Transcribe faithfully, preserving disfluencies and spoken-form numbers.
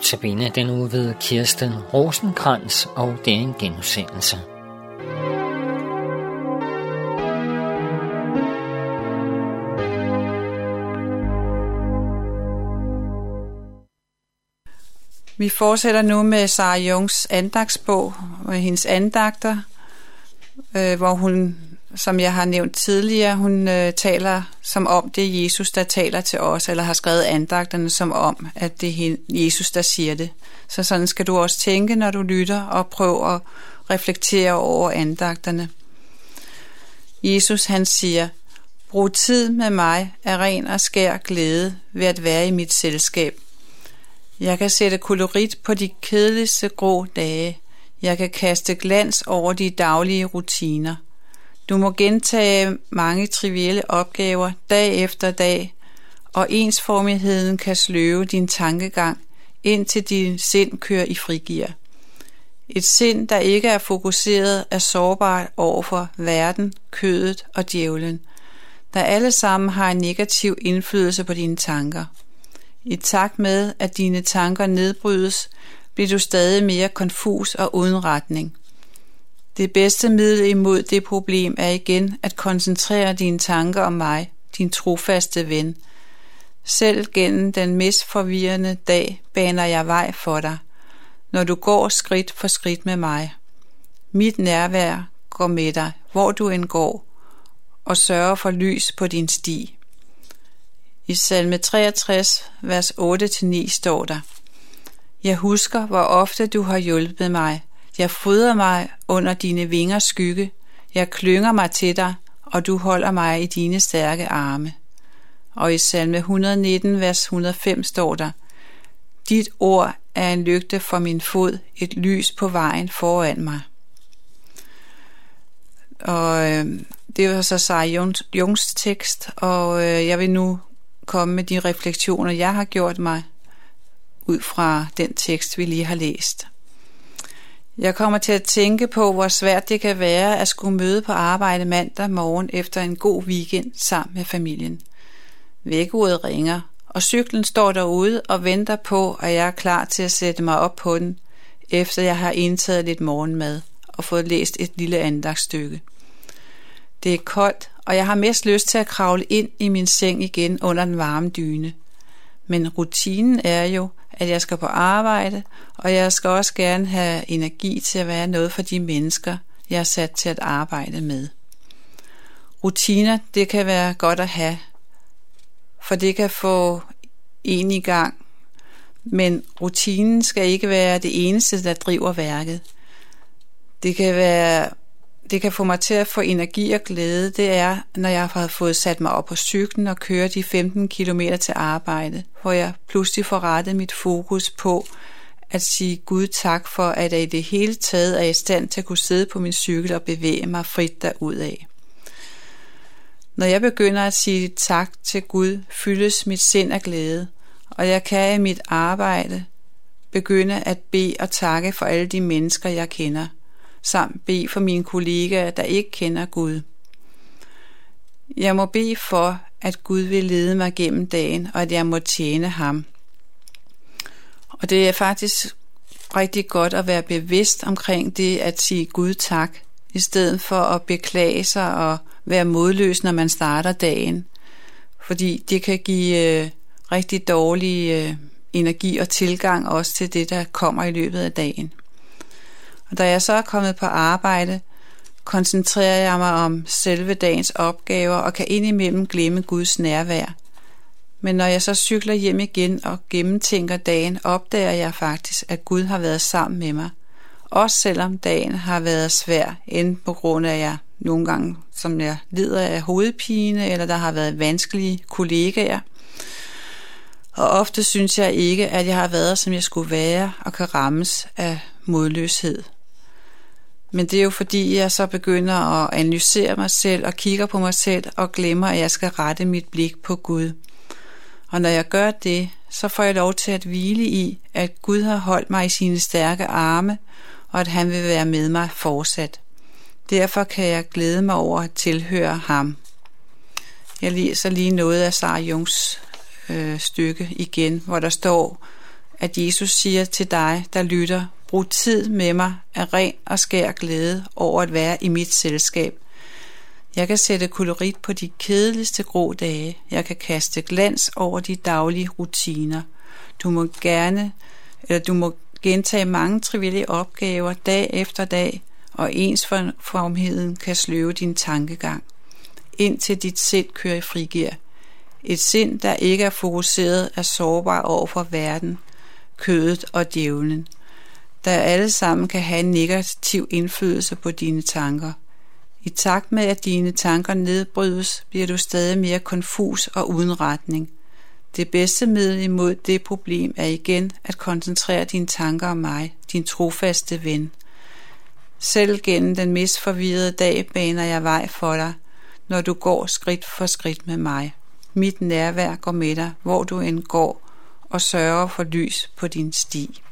Notabene den uge ved Kirsten Rosenkrantz, og det er en genudsendelse. Vi fortsætter nu med Sarah Jungs andagtsbog og hendes andagter, øh, hvor hun, som jeg har nævnt tidligere, hun øh, taler som om det er Jesus, der taler til os, eller har skrevet andagterne som om, at det er Jesus, der siger det. Så sådan skal du også tænke, når du lytter, og prøve at reflektere over andagterne. Jesus, han siger, brug tid med mig af ren og skær glæde ved at være i mit selskab. Jeg kan sætte kolorit på de kedeligste grå dage. Jeg kan kaste glans over de daglige rutiner. Du må gentage mange trivielle opgaver dag efter dag, og ensformigheden kan sløve din tankegang, indtil din sind kører i frigear. Et sind, der ikke er fokuseret, er sårbart overfor verden, kødet og djævlen, der alle sammen har en negativ indflydelse på dine tanker. I takt med, at dine tanker nedbrydes, bliver du stadig mere konfus og uden retning. Det bedste middel imod det problem er igen at koncentrere dine tanker om mig, din trofaste ven. Selv gennem den mest forvirrende dag baner jeg vej for dig, når du går skridt for skridt med mig. Mit nærvær går med dig, hvor du end går, og sørger for lys på din sti. I salme treogtres, vers otte til ni står der: Jeg husker, hvor ofte du har hjulpet mig. Jeg fryder mig under dine vingers skygge. Jeg klynger mig til dig, og du holder mig i dine stærke arme. Og i salme et hundrede og nitten, vers et hundrede og fem står der: Dit ord er en lygte for min fod, et lys på vejen foran mig. Og øh, det var så Sarah Jungs, Jungs tekst, og øh, jeg vil nu komme med de refleksioner, jeg har gjort mig ud fra den tekst, vi lige har læst. Jeg kommer til at tænke på, hvor svært det kan være at skulle møde på arbejde mandag morgen efter en god weekend sammen med familien. Vækkeuret ringer, og cyklen står derude og venter på, at jeg er klar til at sætte mig op på den, efter jeg har indtaget lidt morgenmad og fået læst et lille andagtsstykke. Det er koldt, og jeg har mest lyst til at kravle ind i min seng igen under den varme dyne. Men rutinen er jo, at jeg skal på arbejde, og jeg skal også gerne have energi til at være noget for de mennesker, jeg er sat til at arbejde med. Rutiner, det kan være godt at have, for det kan få en i gang, men rutinen skal ikke være det eneste, der driver værket. Det kan være Det kan få mig til at få energi og glæde, det er, når jeg har fået sat mig op på cyklen og kører de femten kilometer til arbejde, hvor jeg pludselig får rettet mit fokus på at sige Gud tak for, at jeg i det hele taget er i stand til at kunne sidde på min cykel og bevæge mig frit derudad. Når jeg begynder at sige tak til Gud, fyldes mit sind af glæde, og jeg kan i mit arbejde begynde at bede og takke for alle de mennesker, jeg kender, samt bede for mine kollegaer, der ikke kender Gud. Jeg må bede for, at Gud vil lede mig gennem dagen, og at jeg må tjene ham. Og det er faktisk rigtig godt at være bevidst omkring det at sige Gud tak, i stedet for at beklage sig og være modløs, når man starter dagen. Fordi det kan give øh, rigtig dårlig øh, energi og tilgang også til det, der kommer i løbet af dagen. Og da jeg så er kommet på arbejde, koncentrerer jeg mig om selve dagens opgaver og kan indimellem glemme Guds nærvær. Men når jeg så cykler hjem igen og gennemtænker dagen, opdager jeg faktisk, at Gud har været sammen med mig. Også selvom dagen har været svær, enten på grund af, at jeg nogle gange, som jeg lider af hovedpine, eller der har været vanskelige kollegaer. Og ofte synes jeg ikke, at jeg har været, som jeg skulle være, og kan rammes af modløshed. Men det er jo fordi, jeg så begynder at analysere mig selv og kigger på mig selv og glemmer, at jeg skal rette mit blik på Gud. Og når jeg gør det, så får jeg lov til at hvile i, at Gud har holdt mig i sine stærke arme, og at han vil være med mig fortsat. Derfor kan jeg glæde mig over at tilhøre ham. Jeg læser lige noget af Sarah Jungs øh, stykke igen, hvor der står, at Jesus siger til dig, der lytter, brug tid med mig af ren og skær glæde over at være i mit selskab. Jeg kan sætte kolorit på de kedeligste grå dage. Jeg kan kaste glans over de daglige rutiner. Du må gerne, eller du må gentage mange trivielle opgaver dag efter dag, og ensformigheden kan sløve din tankegang, indtil dit sind kører i frigir. Et sind, der ikke er fokuseret, er sårbar over for verden, kødet og djævlen, der alle sammen kan have en negativ indflydelse på dine tanker. I takt med, at dine tanker nedbrydes, bliver du stadig mere konfus og uden retning. Det bedste middel imod det problem er igen at koncentrere dine tanker om mig, din trofaste ven. Selv gennem den mest forvirrede dag baner jeg vej for dig, når du går skridt for skridt med mig. Mit nærvær går med dig, hvor du end går, og sørger for lys på din sti.